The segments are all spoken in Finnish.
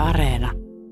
Areena.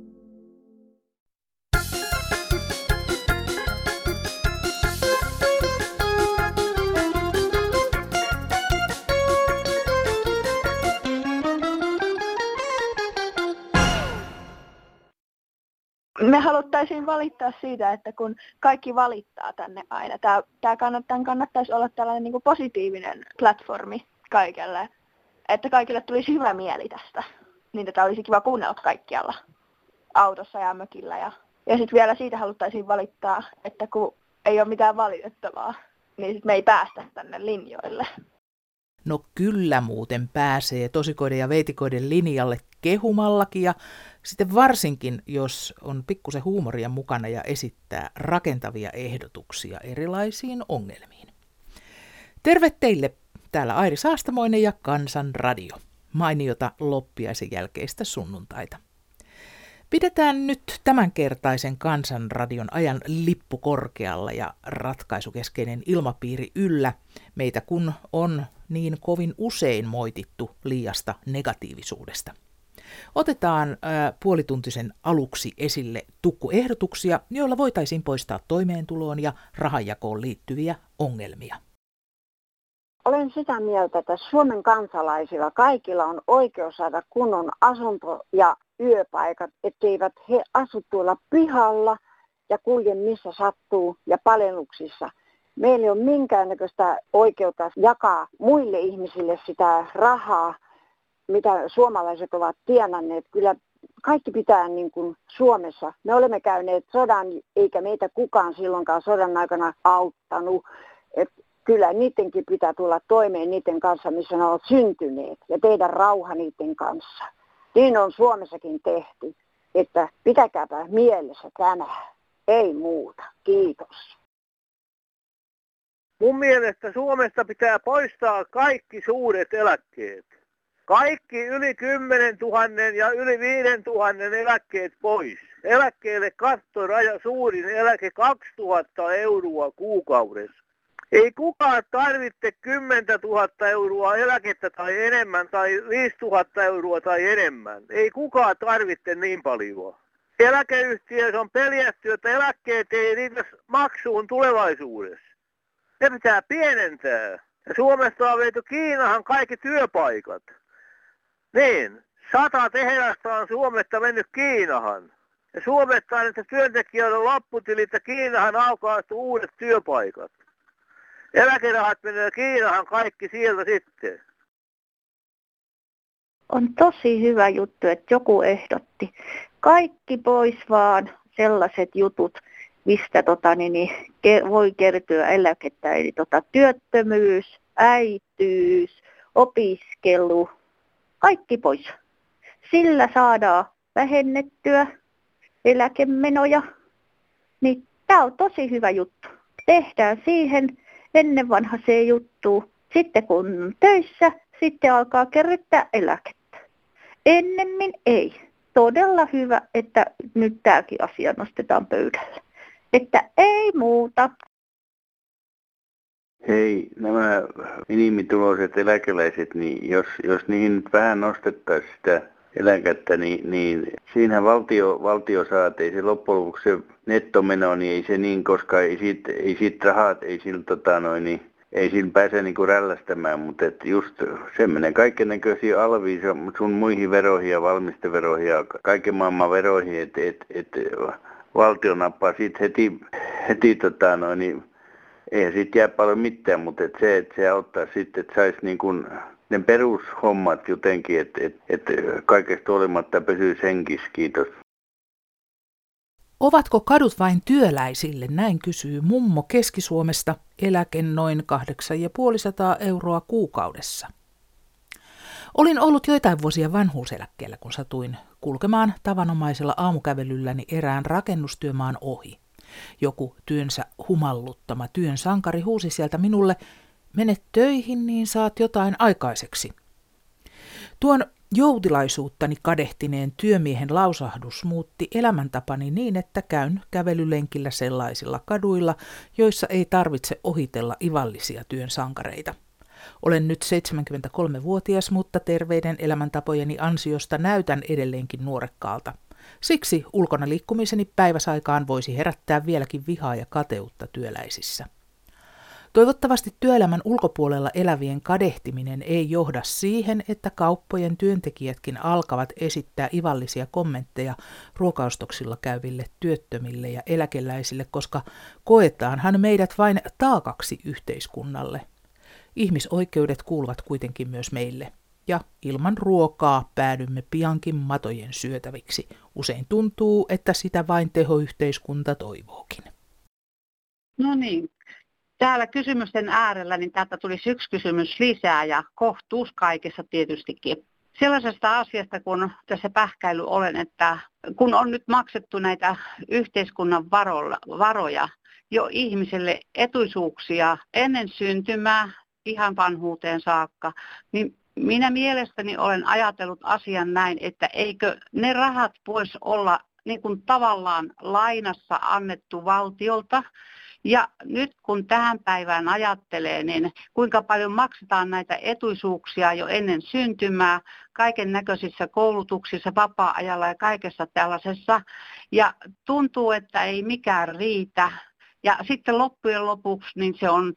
Me haluttaisiin valittaa siitä, että kun kaikki valittaa tänne aina, tämän kannattaisi olla tällainen niin kuin positiivinen platformi kaikelle, että kaikille tulisi hyvä mieli tästä, niin tätä olisi kiva kuunnella kaikkialla autossa ja mökillä. Ja sitten vielä siitä haluttaisiin valittaa, että kun ei ole mitään valitettavaa, niin sit me ei päästä tänne linjoille. No kyllä muuten pääsee tosikoiden ja veitikoiden linjalle kehumallakin ja sitten varsinkin, jos on pikkusen huumoria mukana ja esittää rakentavia ehdotuksia erilaisiin ongelmiin. Terve teille, täällä Airi Saastamoinen ja Kansan Radio. Mainiota loppiaisen jälkeistä sunnuntaita. Pidetään nyt tämänkertaisen Kansanradion ajan lippu korkealla ja ratkaisukeskeinen ilmapiiri yllä, meitä kun on niin kovin usein moitittu liiasta negatiivisuudesta. Otetaan puolituntisen aluksi esille tukkuehdotuksia, joilla voitaisiin poistaa toimeentuloon ja rahanjakoon liittyviä ongelmia. Olen sitä mieltä, että Suomen kansalaisilla kaikilla on oikeus saada kunnon asunto- ja yöpaikat, etteivät he asu tuolla pihalla ja kulje missä sattuu ja palennuksissa. Meillä ei ole minkäännäköistä oikeutta jakaa muille ihmisille sitä rahaa, mitä suomalaiset ovat tienanneet. Kyllä kaikki pitää niin kuin Suomessa. Me olemme käyneet sodan, eikä meitä kukaan silloinkaan sodan aikana auttanut. Kyllä niidenkin pitää tulla toimeen niiden kanssa, missä ne ovat syntyneet ja tehdä rauha niiden kanssa. Niin on Suomessakin tehty, että pitäkääpä mielessä tämä. Ei muuta. Kiitos. Mun mielestä Suomesta pitää poistaa kaikki suuret eläkkeet. Kaikki yli 10 000 ja yli 5 000 eläkkeet pois. Eläkkeelle kattoraja suurin eläke 2 000 euroa kuukaudessa. Ei kukaan tarvitse 10 000 euroa eläkettä tai enemmän tai 5 000 euroa tai enemmän. Ei kukaan tarvitse niin paljon. Eläkeyhtiöissä on peljätty, että eläkkeet ei riitä maksuun tulevaisuudessa. Ne pitää pienentää. Ja Suomesta on veity Kiinahan kaikki työpaikat. Niin, 100 tehdasta on Suomesta mennyt Kiinahan. Ja Suomesta on nyt työntekijöille lopputilit ja Kiinahan aukaistuu uudet työpaikat. Eläkerahat menee Kiinahan kaikki sieltä sitten. On tosi hyvä juttu, että joku ehdotti. Kaikki pois vaan sellaiset jutut, mistä voi kertyä eläkettä. Eli työttömyys, äitiys, opiskelu, kaikki pois. Sillä saadaan vähennettyä eläkemenoja. Niin tämä on tosi hyvä juttu. Tehdään siihen ennen vanhaiseen juttuun. Sitten kun on töissä, sitten alkaa kerryttää eläkettä. Ennemmin ei. Todella hyvä, että nyt tämäkin asia nostetaan pöydälle. Että ei muuta. Hei, nämä minimituloiset eläkeläiset, niin jos niihin nyt vähän nostettaisiin sitä eläkettä, niin siinähän valtio saa, että ei se loppujen lopuksi se nettomeno, niin ei se niin, koska ei siitä rahat, ei sillä pääse niinku rällästämään, mutta just se menee kaikennäköisiin alviin, sun muihin veroihin ja valmisteveroihin ja kaiken maailman veroihin, että valtio nappaa siitä heti eihän siitä jää paljon mitään, mutta se auttaa sitten, että saisi niin kuin ne perushommat jotenkin, että kaikesta olematta pysyisi henkissä. Kiitos. Ovatko kadut vain työläisille? Näin kysyy mummo Keski-Suomesta, eläke noin 850 euroa kuukaudessa. Olin ollut joitain vuosia vanhuuseläkkeellä, kun satuin kulkemaan tavanomaisella aamukävelylläni erään rakennustyömaan ohi. Joku työnsä humalluttama työn sankari huusi sieltä minulle, mene töihin, niin saat jotain aikaiseksi. Tuon joutilaisuuttani kadehtineen työmiehen lausahdus muutti elämäntapani niin, että käyn kävelylenkillä sellaisilla kaduilla, joissa ei tarvitse ohitella ivallisia työn sankareita. Olen nyt 73-vuotias, mutta terveiden elämäntapojeni ansiosta näytän edelleenkin nuorekkaalta. Siksi ulkona liikkumiseni päiväsaikaan voisi herättää vieläkin vihaa ja kateutta työläisissä. Toivottavasti työelämän ulkopuolella elävien kadehtiminen ei johda siihen, että kauppojen työntekijätkin alkavat esittää ivallisia kommentteja ruokaostoksilla käyville työttömille ja eläkeläisille, koska koetaanhan meidät vain taakaksi yhteiskunnalle. Ihmisoikeudet kuuluvat kuitenkin myös meille. Ja ilman ruokaa päädymme piankin matojen syötäviksi. Usein tuntuu, että sitä vain tehoyhteiskunta toivookin. No niin. Täällä kysymysten äärellä, niin täältä tulisi yksi kysymys lisää ja kohtuus kaikessa tietystikin. Sellaisesta asiasta, kun tässä pähkäily olen, että kun on nyt maksettu näitä yhteiskunnan varoja jo ihmiselle etuisuuksia ennen syntymää ihan vanhuuteen saakka, niin minä mielestäni olen ajatellut asian näin, että eikö ne rahat voisi olla niin kuin tavallaan lainassa annettu valtiolta. Ja nyt kun tähän päivään ajattelee, niin kuinka paljon maksetaan näitä etuisuuksia jo ennen syntymää, kaiken näköisissä koulutuksissa, vapaa-ajalla ja kaikessa tällaisessa. Ja tuntuu, että ei mikään riitä. Ja sitten loppujen lopuksi niin se on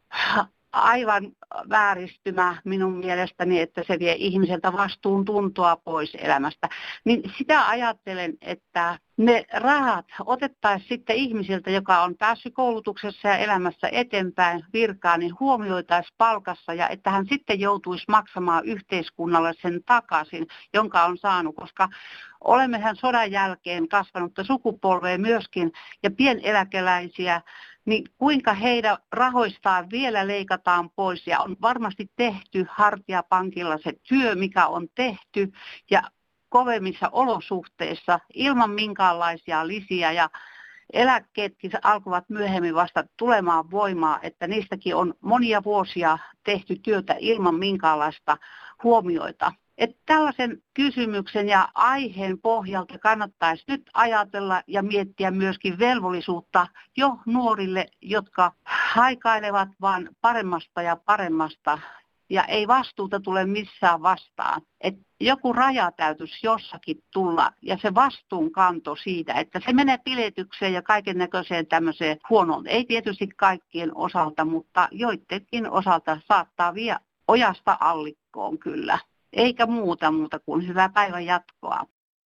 aivan vääristymä minun mielestäni, että se vie ihmiseltä vastuuntuntoa pois elämästä. Niin sitä ajattelen, että ne rahat otettaisiin sitten ihmisiltä, joka on päässyt koulutuksessa ja elämässä eteenpäin virkaan, niin huomioitaisiin palkassa ja että hän sitten joutuisi maksamaan yhteiskunnalle sen takaisin, jonka on saanut, koska olemmehan sodan jälkeen kasvanutta sukupolvea myöskin ja pieneläkeläisiä, niin kuinka heidän rahoistaan vielä leikataan pois ja on varmasti tehty Hartiapankilla se työ, mikä on tehty ja kovemmissa olosuhteissa ilman minkäänlaisia lisiä ja eläkkeetkin alkoivat myöhemmin vasta tulemaan voimaa, että niistäkin on monia vuosia tehty työtä ilman minkäänlaista huomioita. Että tällaisen kysymyksen ja aiheen pohjalta kannattaisi nyt ajatella ja miettiä myöskin velvollisuutta jo nuorille, jotka haikailevat vaan paremmasta ja paremmasta ja ei vastuuta tule missään vastaan. Et joku raja täytyisi jossakin tulla ja se vastuunkanto siitä, että se menee piletykseen ja kaiken näköiseen tämmöiseen huonoon. Ei tietysti kaikkien osalta, mutta joidenkin osalta saattaa vie ojasta allikkoon kyllä. Eikä muuta kuin hyvää päivän jatkoa.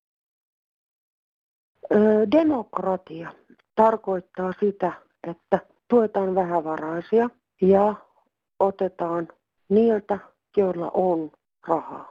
Demokratia tarkoittaa sitä, että tuetaan vähävaraisia ja otetaan niiltä, joilla on rahaa.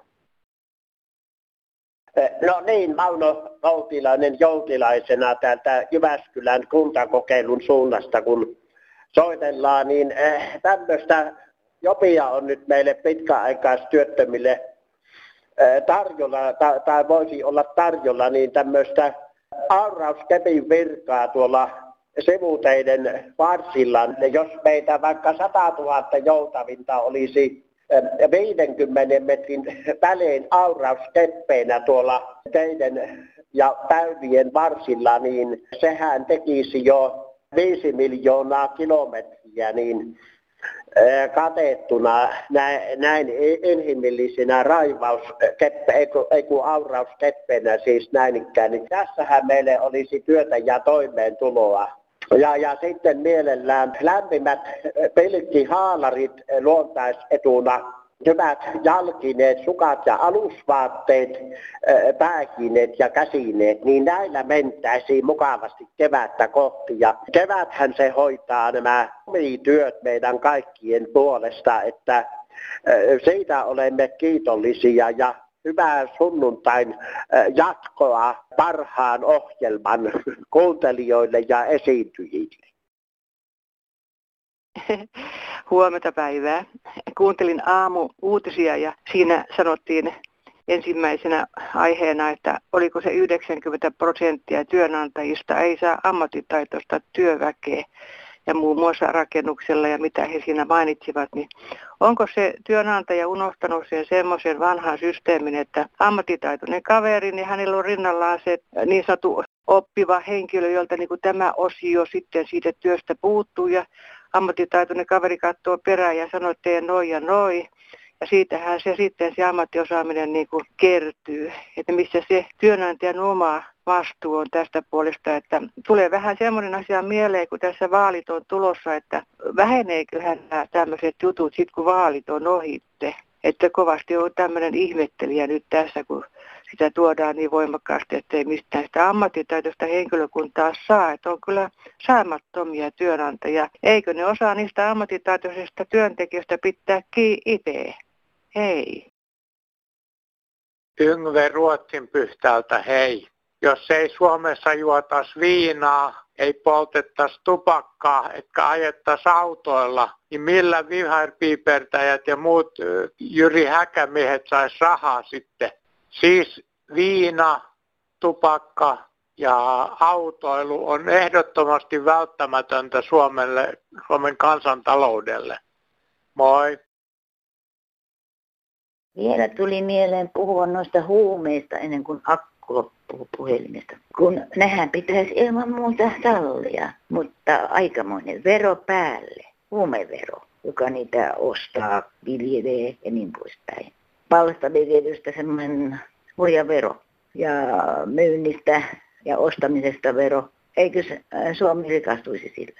No niin, Mauno Noutilainen joutilaisena täältä Jyväskylän kuntakokeilun suunnasta, kun soitellaan, niin tämmöistä jopia on nyt meille pitkäaikaistyöttömille tarjolla, tai voisi olla tarjolla, niin tämmöistä aurauskepin virkaa tuolla sivuteiden varsilla. Jos meitä vaikka 100 000 joutavinta olisi 50 metrin välein aurauskeppeinä tuolla teiden ja väylien varsilla, niin sehän tekisi jo 5 miljoonaa kilometriä, niin katettuna näin inhimillisinä aurauskeppenä siis näin ikään, niin tässähän meille olisi työtä ja toimeentuloa. Ja sitten mielellään lämpimät pilkkihaalarit luontaisetuna, hyvät jalkineet, sukat ja alusvaatteet, pääkineet ja käsineet, niin näillä mentäisiin mukavasti kevättä kohti. Ja keväthän se hoitaa nämä työt meidän kaikkien puolesta, että siitä olemme kiitollisia ja hyvää sunnuntain jatkoa parhaan ohjelman kuuntelijoille ja esiintyjille. Huomenta päivää. Kuuntelin aamu-uutisia ja siinä sanottiin ensimmäisenä aiheena, että oliko se 90% työnantajista ei saa ammattitaitoista työväkeä ja muun muassa rakennuksella ja mitä he siinä mainitsivat, niin onko se työnantaja unohtanut sen semmoisen vanhan systeemin, että ammattitaitoinen kaveri, niin hänellä on rinnallaan se niin sanottu oppiva henkilö, jolta niin kuin tämä osio sitten siitä työstä puuttuu ja ammattitaitoinen kaveri katsoo perään ja sanoo, että tee noin ja noin. Ja siitähän se sitten se ammattiosaaminen niin kuin kertyy, että missä se työnantajan oma vastuu on tästä puolesta, että tulee vähän semmoinen asia mieleen, kun tässä vaalit on tulossa, että väheneeköhän nämä tämmöiset jutut sitten, kun vaalit on ohitte. Että kovasti on tämmöinen ihmettelijä nyt tässä, kun sitä tuodaan niin voimakkaasti, ettei mistään sitä ammattitaitoista henkilökuntaa saa. Että on kyllä saamattomia työnantajia. Eikö ne osaa niistä ammattitaitoisista työntekijöistä pitää itse? Hei. Yngve Ruotsinpyhtältä, hei. Jos ei Suomessa juotaisi viinaa, ei poltettaisi tupakkaa, etkä ajettaisi autoilla, niin millä viherpiipertäjät ja muut Jyri Häkämiehet sais rahaa sitten? Siis viina, tupakka ja autoilu on ehdottomasti välttämätöntä Suomen kansantaloudelle. Moi! Vielä tuli mieleen puhua noista huumeista ennen kuin akku loppuu puhelimesta. Kun nehän pitäisi ilman muuta sallia, mutta aikamoinen vero päälle, huumevero, joka niitä ostaa, viljelee ja niin poispäin. Palstaviljelystä semmoinen hurja vero ja myynnistä ja ostamisesta vero. Eikö Suomi rikastuisi sillä?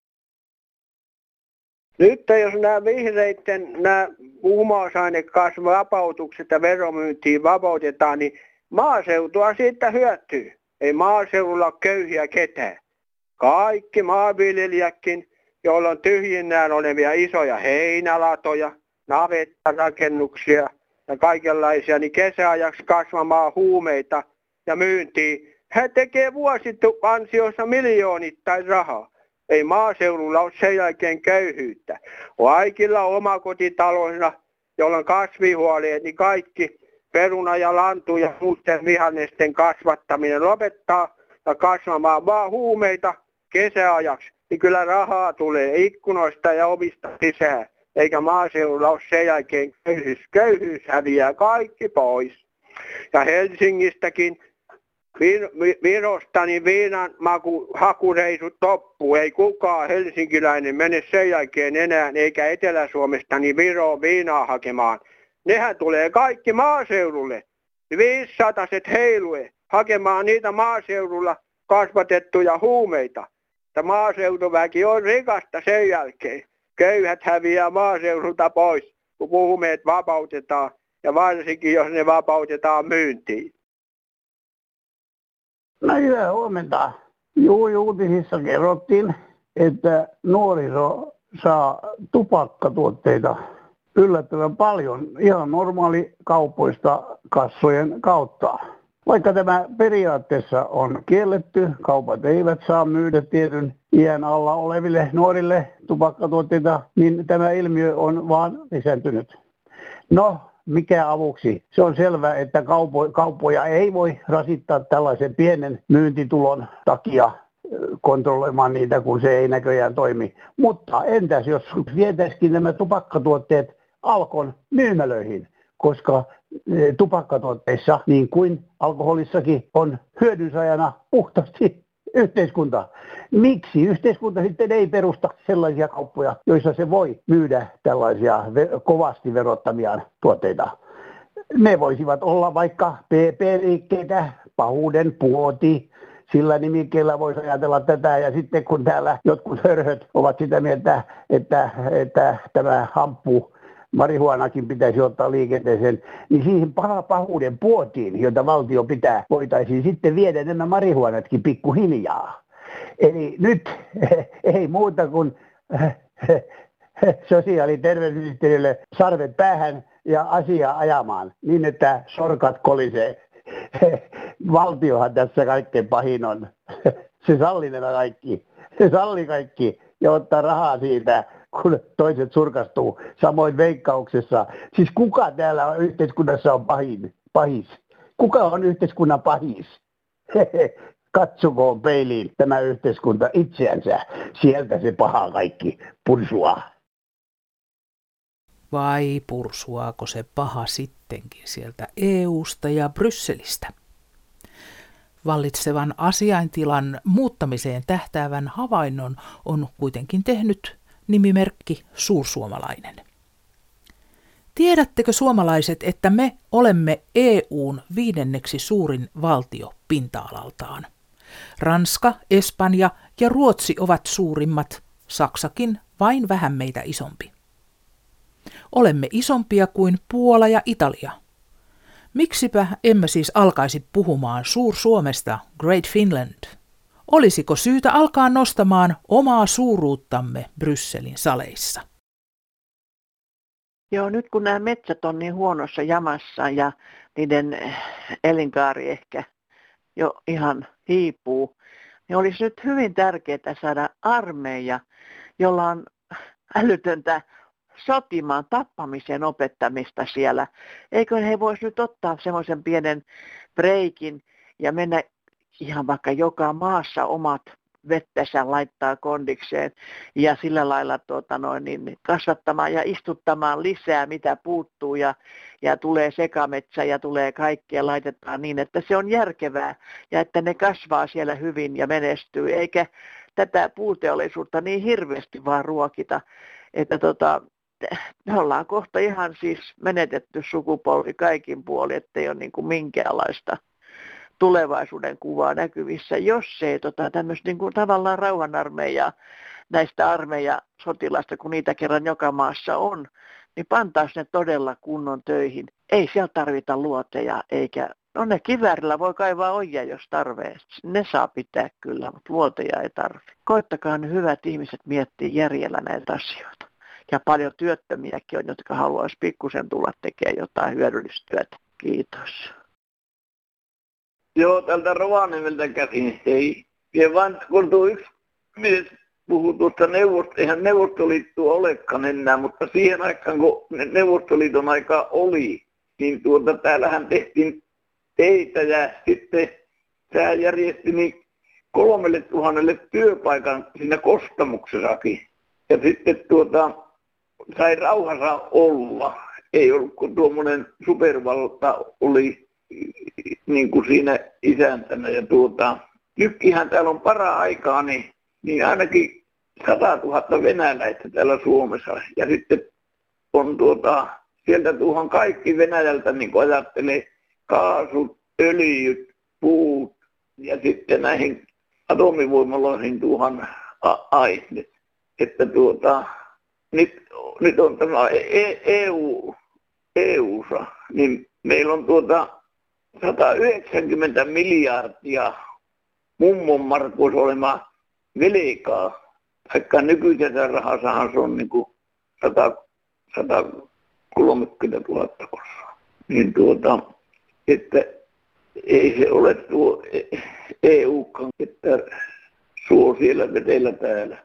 Nyt jos nämä vihreiden huumausainekasvavapautukset ja veromyyntiin vapautetaan, niin maaseutua siitä hyötyy. Ei maaseudulla ole köyhiä ketään. Kaikki maanviljelijätkin, joilla on tyhjinnään olevia isoja heinälatoja, navettarakennuksia ja kaikenlaisia, niin kesäajaksi kasvamaan huumeita ja myyntiin. He tekee vuosiansioissa miljoonittain rahaa. Ei maaseudulla ole sen jälkeen köyhyyttä. Kaikilla omakotitaloilla, joilla on kasvihuoneet, niin kaikki peruna ja lantu ja muuten vihannesten kasvattaminen lopettaa ja kasvamaan vaan huumeita kesäajaksi. Niin kyllä rahaa tulee ikkunoista ja ovista sisään. Eikä maaseudulla ole sen jälkeen köyhyys. Köyhyys häviää kaikki pois. Ja Helsingistäkin Virosta niin viinan hakureisut loppuu. Ei kukaan helsinkiläinen mene sen jälkeen enää, eikä Etelä-Suomesta niin Viroon viinaa hakemaan. Nehän tulee kaikki maaseudulle. 500-set heilue hakemaan niitä maaseudulla kasvatettuja huumeita. Että maaseutuväki on rikasta sen jälkeen. Köyhät häviää maaseudulta pois, kun huumeet vapautetaan. Ja varsinkin, jos ne vapautetaan myyntiin. No hyvää huomenta. Uutisissa kerrottiin, että nuoriso saa tupakkatuotteita yllättävän paljon ihan normaali kaupoista kassojen kautta. Vaikka tämä periaatteessa on kielletty, kaupat eivät saa myydä tietyn iän alla oleville nuorille tupakkatuotteita, niin tämä ilmiö on vaan lisääntynyt. No, mikä avuksi? Se on selvää, että kauppoja ei voi rasittaa tällaisen pienen myyntitulon takia kontrolloimaan niitä, kun se ei näköjään toimi. Mutta entäs jos vietäisikin nämä tupakkatuotteet Alkon myymälöihin, koska tupakkatuotteissa, niin kuin alkoholissakin, on hyödynsaajana puhtaasti yhteiskunta. Miksi yhteiskunta sitten ei perusta sellaisia kauppoja, joissa se voi myydä tällaisia kovasti verottamiaan tuotteita? Ne voisivat olla vaikka PP-liikkeitä, pahuuden puoti, sillä nimikkeellä voisi ajatella tätä. Ja sitten kun täällä jotkut hörhöt ovat sitä mieltä, että tämä hamppu marihuanakin pitäisi ottaa liikenteeseen, niin siihen pahuuden puotiin, jota valtio pitää, voitaisiin sitten viedä nämä marihuanatkin pikkuhiljaa. Eli nyt ei muuta kuin sosiaali- ja terveysministeriölle sarvet päähän ja asiaa ajamaan niin, että sorkat kolisee. Valtiohan tässä kaikkein pahin on. Se sallii nämä kaikki. Se sallii kaikki ja ottaa rahaa siitä, kun toiset surkastuu. Samoin Veikkauksessa. Siis kuka täällä yhteiskunnassa on pahis? Kuka on yhteiskunnan pahis? Katsokoon peiliin tämä yhteiskunta itseänsä. Sieltä se paha kaikki pursuaa. Vai pursuaako se paha sittenkin sieltä EUsta ja Brysselistä? Vallitsevan asiaintilan muuttamiseen tähtäävän havainnon on kuitenkin tehnyt nimimerkki Suursuomalainen. Tiedättekö suomalaiset, että me olemme EU:n 5. suurin valtio pinta-alaltaan? Ranska, Espanja ja Ruotsi ovat suurimmat, Saksakin vain vähän meitä isompi. Olemme isompia kuin Puola ja Italia. Miksipä emme siis alkaisi puhumaan Suur-Suomesta, Great Finland? Olisiko syytä alkaa nostamaan omaa suuruuttamme Brysselin saleissa? Joo, nyt kun nämä metsät on niin huonossa jamassa ja niiden elinkaari ehkä jo ihan hiipuu, niin olisi nyt hyvin tärkeää saada armeija, jolla on älytöntä sotimaan, tappamisen opettamista siellä. Eikö he voisi nyt ottaa semmoisen pienen breikin ja mennä ihan vaikka joka maassa omat vettänsä laittaa kondikseen ja sillä lailla kasvattamaan ja istuttamaan lisää, mitä puuttuu ja tulee sekametsä ja tulee kaikkea laitetaan niin, että se on järkevää ja että ne kasvaa siellä hyvin ja menestyy, eikä tätä puuteollisuutta niin hirveästi vaan ruokita, että me ollaan kohta ihan siis menetetty sukupolvi kaikin puolin, ettei ole niin kuin minkäänlaista tulevaisuuden kuvaa näkyvissä, jos ei tämmöistä niin kuin tavallaan rauhanarmeijaa näistä armeijasotilasta, kun niitä kerran joka maassa on, niin pantaisi ne todella kunnon töihin. Ei siellä tarvita luoteja, eikä, no ne kiväärillä voi kaivaa ojia, jos tarvee. Ne saa pitää kyllä, mutta luoteja ei tarvitse. Koittakaa ne hyvät ihmiset miettiä järjellä näitä asioita. Ja paljon työttömiäkin on, jotka haluaisi pikkusen tulla tekemään jotain hyödyllistä työtä. Kiitos. Joo, tältä Rovaniemeltä käsin. Hei. Ja vaan kun tuo yksi mies puhui tuosta eihän Neuvostoliittoa olekaan enää, mutta siihen aikaan, kun Neuvostoliiton aika oli, niin täällähän tehtiin teitä ja sitten tämä järjesti niin 3,000 työpaikan siinä Kostamuksessakin. Ja sitten sai rauhassa olla. Ei ollut, kun tuommoinen supervalta oli niin kuin siinä isäntänä. Ja nytkinhän täällä on para-aikaa, niin ainakin 100 000 venäläistä täällä Suomessa. Ja sitten on sieltä tuohon kaikki Venäjältä, niin kuin ajattelee, kaasut, öljyt, puut ja sitten näihin atomivoimaloihin tuohon aineet. Että nyt on tämä EU:ssa, niin meillä on 190 miljardia mummonmarkkuissa olemaan velkaa, vaikka nykyisessä rahassahan se on niin kuin 130 000 kossa. Niin että ei se ole tuo EU:kaan, että suo siellä vetellä täällä.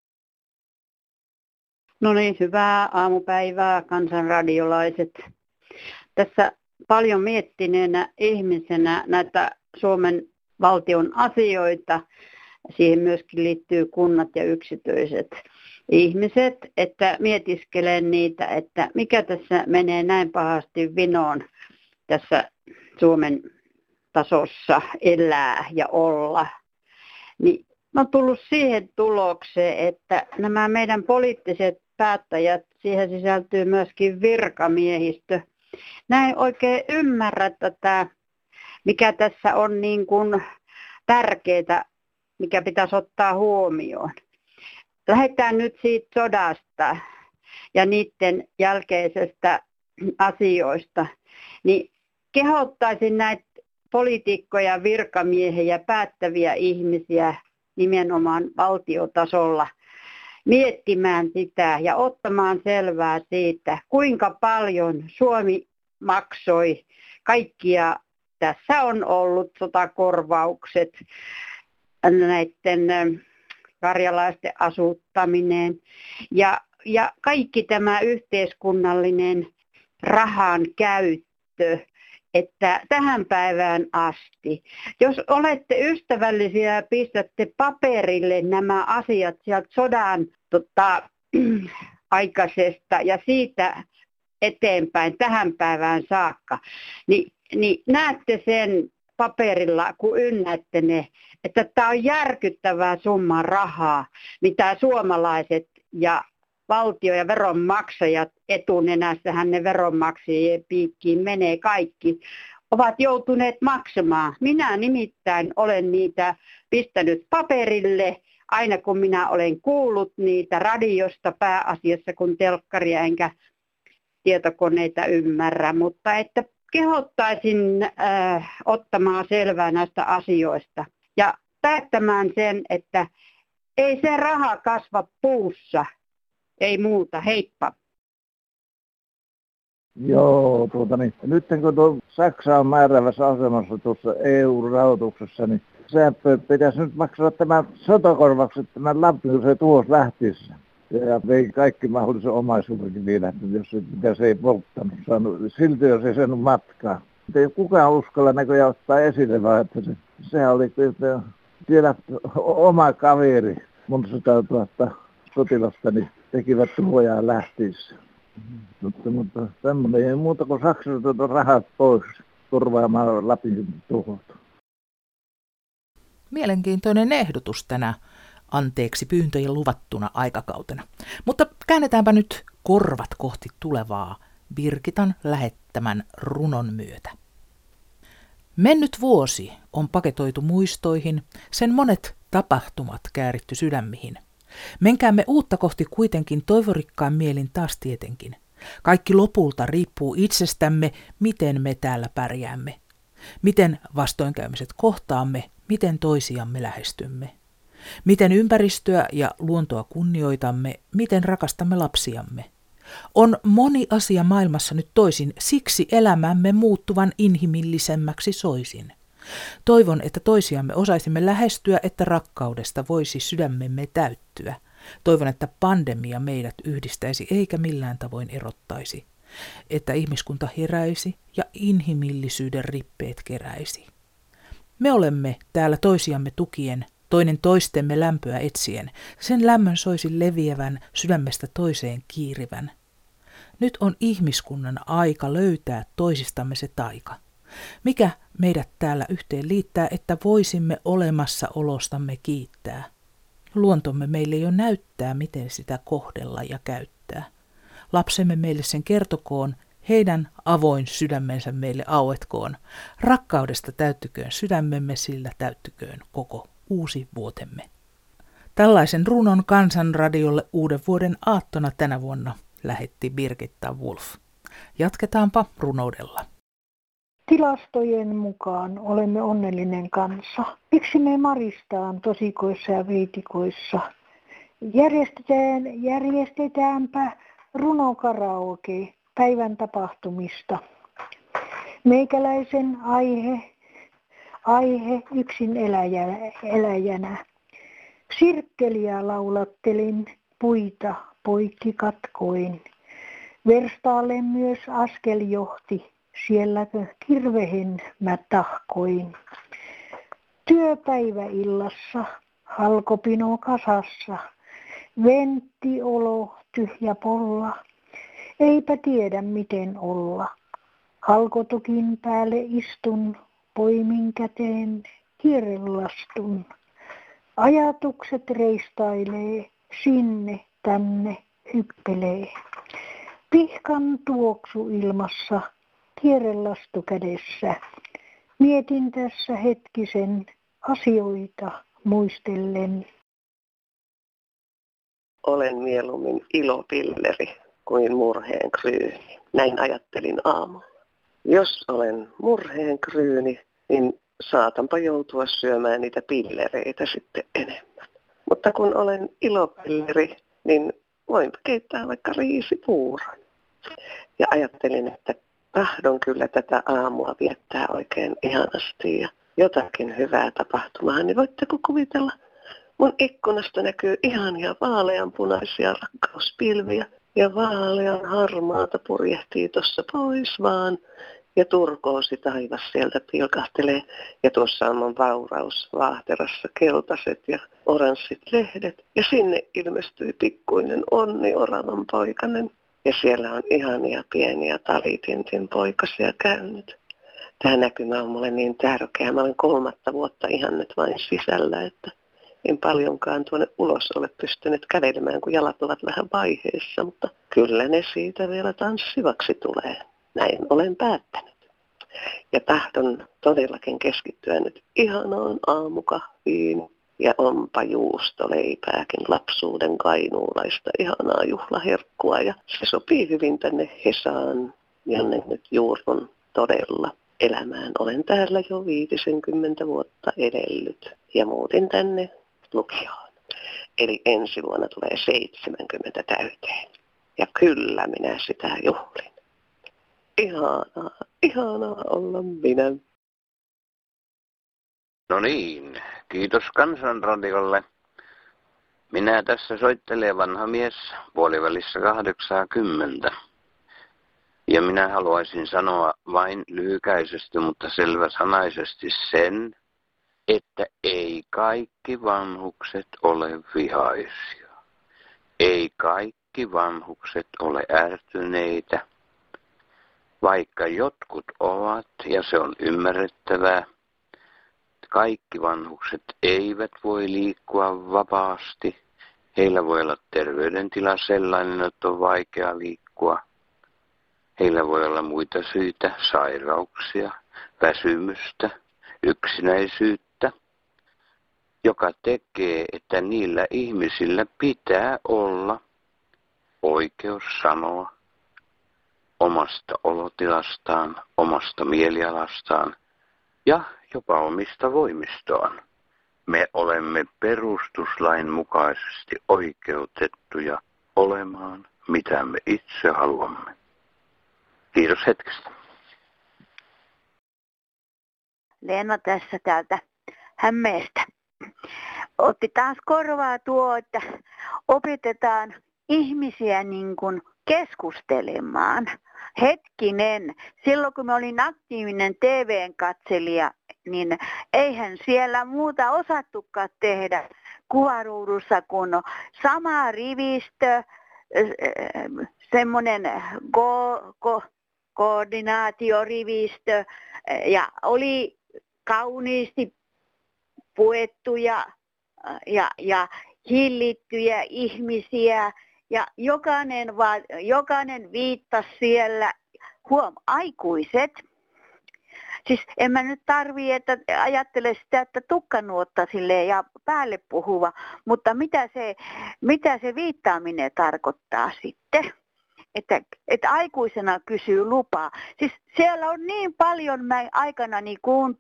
No niin, hyvää aamupäivää kansanradiolaiset. Tässä paljon miettineenä ihmisenä näitä Suomen valtion asioita. Siihen myöskin liittyy kunnat ja yksityiset ihmiset, että mietiskelen niitä, että mikä tässä menee näin pahasti vinoon tässä Suomen tasossa elää ja olla. Niin olen tullut siihen tulokseen, että nämä meidän poliittiset päättäjät, siihen sisältyy myöskin virkamiehistö. Näin oikein ymmärrä tätä, mikä tässä on niin kuin tärkeää, mikä pitäisi ottaa huomioon. Lähdetään nyt siitä sodasta ja niiden jälkeisestä asioista. Niin kehottaisin näitä poliitikkoja, virkamiehiä ja päättäviä ihmisiä nimenomaan valtiotasolla miettimään sitä ja ottamaan selvää siitä, kuinka paljon Suomi maksoi kaikkia. Tässä on ollut sotakorvaukset, näiden karjalaisten asuttaminen ja kaikki tämä yhteiskunnallinen rahan käyttö, että tähän päivään asti. Jos olette ystävällisiä ja pistätte paperille nämä asiat sieltä sodan aikaisesta ja siitä eteenpäin tähän päivään saakka, niin näette sen paperilla, kun ynnätte ne, että tämä on järkyttävää summa rahaa, mitä suomalaiset ja valtio ja veronmaksajat etunenässähän ne veronmaksajien piikkiin menee kaikki, ovat joutuneet maksamaan. Minä nimittäin olen niitä pistänyt paperille, aina kun minä olen kuullut niitä radiosta pääasiassa, kun telkkaria enkä tietokoneita ymmärrä, mutta että kehottaisin ottamaan selvää näistä asioista ja päättämään sen, että ei se raha kasva puussa, ei muuta, heippa. Joo, nyt kun Saksa on määräävässä asemassa tuossa EU-rahoituksessa, niin sehän pitäisi nyt maksaa tämä sotakorvaukset tämän Lappi, kun se tuossa lähtisi. Ja vei kaikki mahdollisen omaisuudenkin vielä, mitä se ei polttanut saanut. Silti jos ei saanut matkaa. Ei kukaan uskalla näköjään ottaa esille, vaan että sehän oli vielä oma kaveri. Mun 100 000 sotilasta niin tekivät tuhojaan lähtiessä. Mutta tämmöinen ei muuta kuin Saksalta rahat pois turvaamaan Lapin tuhot. Mielenkiintoinen ehdotus tänä anteeksi pyyntöjen luvattuna aikakautena. Mutta käännetäänpä nyt korvat kohti tulevaa Birgitan lähettämän runon myötä. Mennyt vuosi on paketoitu muistoihin, sen monet tapahtumat kääritty sydämihin. Menkäämme uutta kohti kuitenkin toivorikkaan mielin taas tietenkin. Kaikki lopulta riippuu itsestämme, miten me täällä pärjäämme. Miten vastoinkäymiset kohtaamme, miten toisiamme lähestymme. Miten ympäristöä ja luontoa kunnioitamme, miten rakastamme lapsiamme. On moni asia maailmassa nyt toisin, siksi elämämme muuttuvan inhimillisemmäksi soisin. Toivon, että toisiamme osaisimme lähestyä, että rakkaudesta voisi sydämemme täyttyä. Toivon, että pandemia meidät yhdistäisi eikä millään tavoin erottaisi. Että ihmiskunta heräisi ja inhimillisyyden rippeet keräisi. Me olemme täällä toisiamme tukien, toinen toistemme lämpöä etsien. Sen lämmön soisi leviävän, sydämestä toiseen kiirivän. Nyt on ihmiskunnan aika löytää toisistamme se taika. Mikä meidät täällä yhteen liittää, että voisimme olemassaolostamme kiittää? Luontomme meille jo näyttää, miten sitä kohdella ja käyttää. Lapsemme meille sen kertokoon, heidän avoin sydämensä meille auetkoon. Rakkaudesta täyttyköön sydämemme, sillä täyttyköön koko uusi vuotemme. Tällaisen runon Kansanradiolle uuden vuoden aattona tänä vuonna lähetti Birgitta Wolf. Jatketaanpa runoudella. Tilastojen mukaan olemme onnellinen kansa. Miksi me maristaan tosikoissa ja viitikoissa? Järjestetäänpä runokaraoke päivän tapahtumista. Meikäläisen aihe yksin eläjänä. Sirkkeliä laulattelin, puita poikki katkoin. Verstaalle myös askel johti, sielläkö kirvehen mä tahkoin. Työpäiväillassa, halkopino kasassa, ventti olo tyhjä polla, eipä tiedä miten olla. Halkotukin päälle istun, poimin käteen kirrelastun. Ajatukset reistailee, sinne tänne hyppelee. Pihkan tuoksu ilmassa, kierrelastu kädessä. Mietin tässä hetkisen asioita muistellen. Olen mieluummin ilopilleri kuin murheen kryyni. Näin ajattelin aamulla. Jos olen murheen kryyni, niin saatanpa joutua syömään niitä pillereitä sitten enemmän. Mutta kun olen ilopilleri, niin voin keittää vaikka riisipuuron. Ja ajattelin, että tahdon kyllä tätä aamua viettää oikein ihanasti ja jotakin hyvää tapahtumaa, niin voitteko kuvitella? Mun ikkunasta näkyy ihania vaaleanpunaisia rakkauspilviä ja vaalean harmaata purjehtii tuossa pois vaan. Ja turkoosi taivas sieltä pilkahtelee ja tuossa on mun vaurausvaahterassa keltaiset ja oranssit lehdet. Ja sinne ilmestyi pikkuinen Onni oravan poikanen. Ja siellä on ihania pieniä talitintin poikasia käynyt. Tämä näkymä on mulle niin tärkeä. Mä olen 3 vuotta ihan nyt vain sisällä, että En paljonkaan tuonne ulos ole pystynyt kävelemään, kun jalat ovat vähän vaiheessa, mutta kyllä ne siitä vielä tanssivaksi tulee. Näin olen päättänyt. Ja tahdon todellakin keskittyä nyt ihanaan aamukahviin. Ja onpa juustoleipääkin lapsuuden kainuulaista ihanaa juhlaherkkua. Ja se sopii hyvin tänne Hesaan, jonne nyt juurun todella elämään. Olen täällä jo 50 vuotta edellyt ja muutin tänne lukioon. Eli ensi vuonna tulee 70 täyteen. Ja kyllä minä sitä juhlin. Ihanaa olla minä. No niin, kiitos Kansanradiolle. Minä tässä soittelen vanha mies puolivälissä 80. Ja minä haluaisin sanoa vain lyhykäisesti, mutta selväsanaisesti sen, että ei kaikki vanhukset ole vihaisia. Ei kaikki vanhukset ole ärtyneitä, vaikka jotkut ovat, ja se on ymmärrettävää. Kaikki vanhukset eivät voi liikkua vapaasti. Heillä voi olla terveydentila sellainen, että on vaikea liikkua. Heillä voi olla muita syitä, sairauksia, väsymystä, yksinäisyyttä, joka tekee, että niillä ihmisillä pitää olla oikeus sanoa omasta olotilastaan, omasta mielialastaan ja jopa omista voimistaan. Me olemme perustuslain mukaisesti oikeutettuja olemaan, mitä me itse haluamme. Kiitos hetkestä. Leena tässä täältä Hämeestä. Otti taas korvaa tuo, että opetetaan ihmisiä niin kuin keskustelemaan. Hetkinen, silloin kun mä olin aktiivinen TV-katselija, niin eihän siellä muuta osattukaan tehdä kuvaruudussa, kun sama rivistö, semmoinen koordinaatiorivistö ja oli kauniisti puettuja ja hillittyjä ihmisiä ja jokainen viittasi siellä, aikuiset. Siis en mä nyt tarvii, että ajattele sitä, että tukkanuotta silleen ja päälle puhuva, mutta mitä se viittaaminen tarkoittaa sitten? Että aikuisena kysyy lupaa. Siis siellä on niin paljon, mä aikanani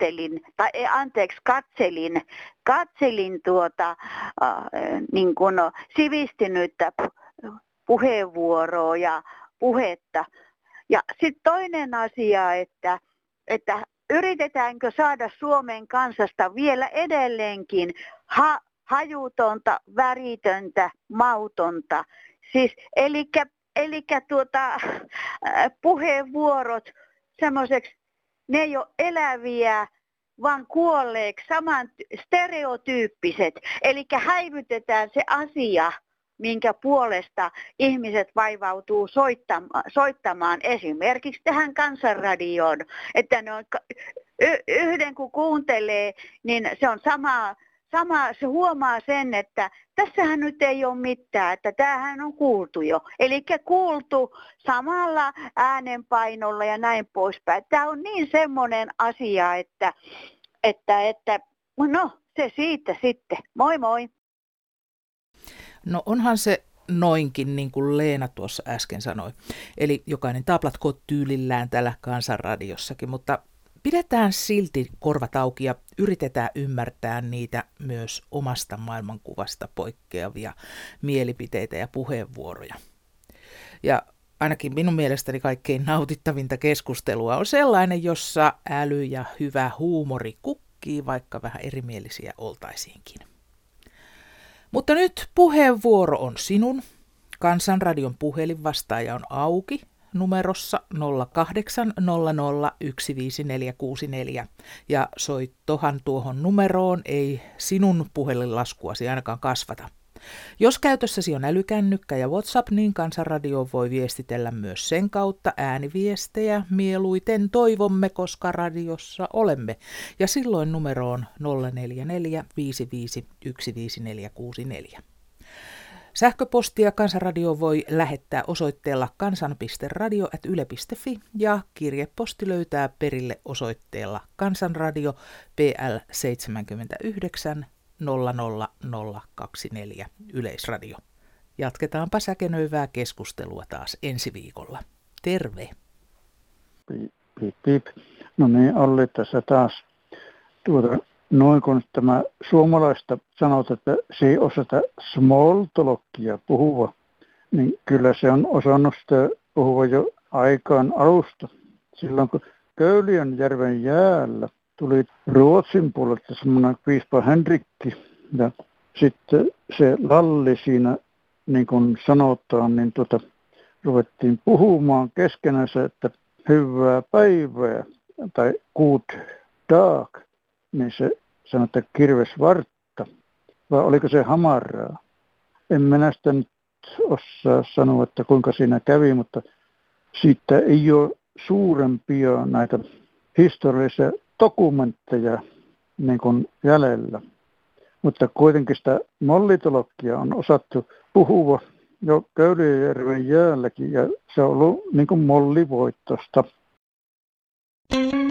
katselin niin kuin sivistynyttä puheenvuoroa ja puhetta. Ja sitten toinen asia, että yritetäänkö saada Suomen kansasta vielä edelleenkin hajutonta, väritöntä, mautonta. Siis Eli puheenvuorot semmoiseksi, ne ei ole eläviä, vaan kuolleeksi, saman stereotyyppiset. Eli häivytetään se asia, minkä puolesta ihmiset vaivautuu soittamaan esimerkiksi tähän Kansanradioon. Että ne on, yhden kun kuuntelee, niin se on sama, se huomaa sen, että tässähän nyt ei ole mitään, että tämähän on kuultu jo. Eli kuultu samalla äänenpainolla ja näin poispäin. Tämä on niin semmoinen asia, että no se siitä sitten. Moi moi! No onhan se noinkin, niin kuin Leena tuossa äsken sanoi. Eli jokainen taplatko tyylillään täällä Kansanradiossakin, mutta pidetään silti korvat auki ja yritetään ymmärtää niitä myös omasta maailmankuvasta poikkeavia mielipiteitä ja puheenvuoroja. Ja ainakin minun mielestäni kaikkein nautittavinta keskustelua on sellainen, jossa äly ja hyvä huumori kukkii, vaikka vähän erimielisiä oltaisiinkin. Mutta nyt puheenvuoro on sinun. Kansanradion puhelinvastaaja on auki numerossa 0800 ja soittohan tuohon numeroon ei sinun puhelinlaskuasi ainakaan kasvata. Jos käytössäsi on älykännykkä ja WhatsApp, niin Kansanradio voi viestitellä myös sen kautta ääniviestejä. Mieluiten toivomme, koska radiossa olemme. Ja silloin numero on 044 55 15464. Sähköpostia Kansanradio voi lähettää osoitteella kansan.radio@yle.fi ja kirjeposti löytää perille osoitteella Kansanradio PL 79 00024 Yleisradio. Jatketaanpa säkenöivää keskustelua taas ensi viikolla. Terve! Pip, pip. No niin, Olli tässä taas. Noin kun tämä suomalaista sanot, että se ei osata small-talkia puhua, niin kyllä se on osannut sitä puhua jo aikaan alusta. Silloin kun Köyliönjärven jäällä tuli Ruotsin puolelta semmoinen piispa Henrikki ja sitten se lalli siinä, niin kuin sanotaan, niin ruvettiin puhumaan keskenänsä, että hyvää päivää tai good dag. Niin se sanoi, että kirvesvartta, vai oliko se hamaraa? En minä sitä nyt osaa sanoa, että kuinka siinä kävi, mutta siitä ei ole suurempia näitä historiallisia dokumentteja niin kuin jäljellä. Mutta kuitenkin sitä mollitolokkia on osattu puhua jo Köyliönjärven jäälläkin, ja se on ollut niin kuin mollivoittosta.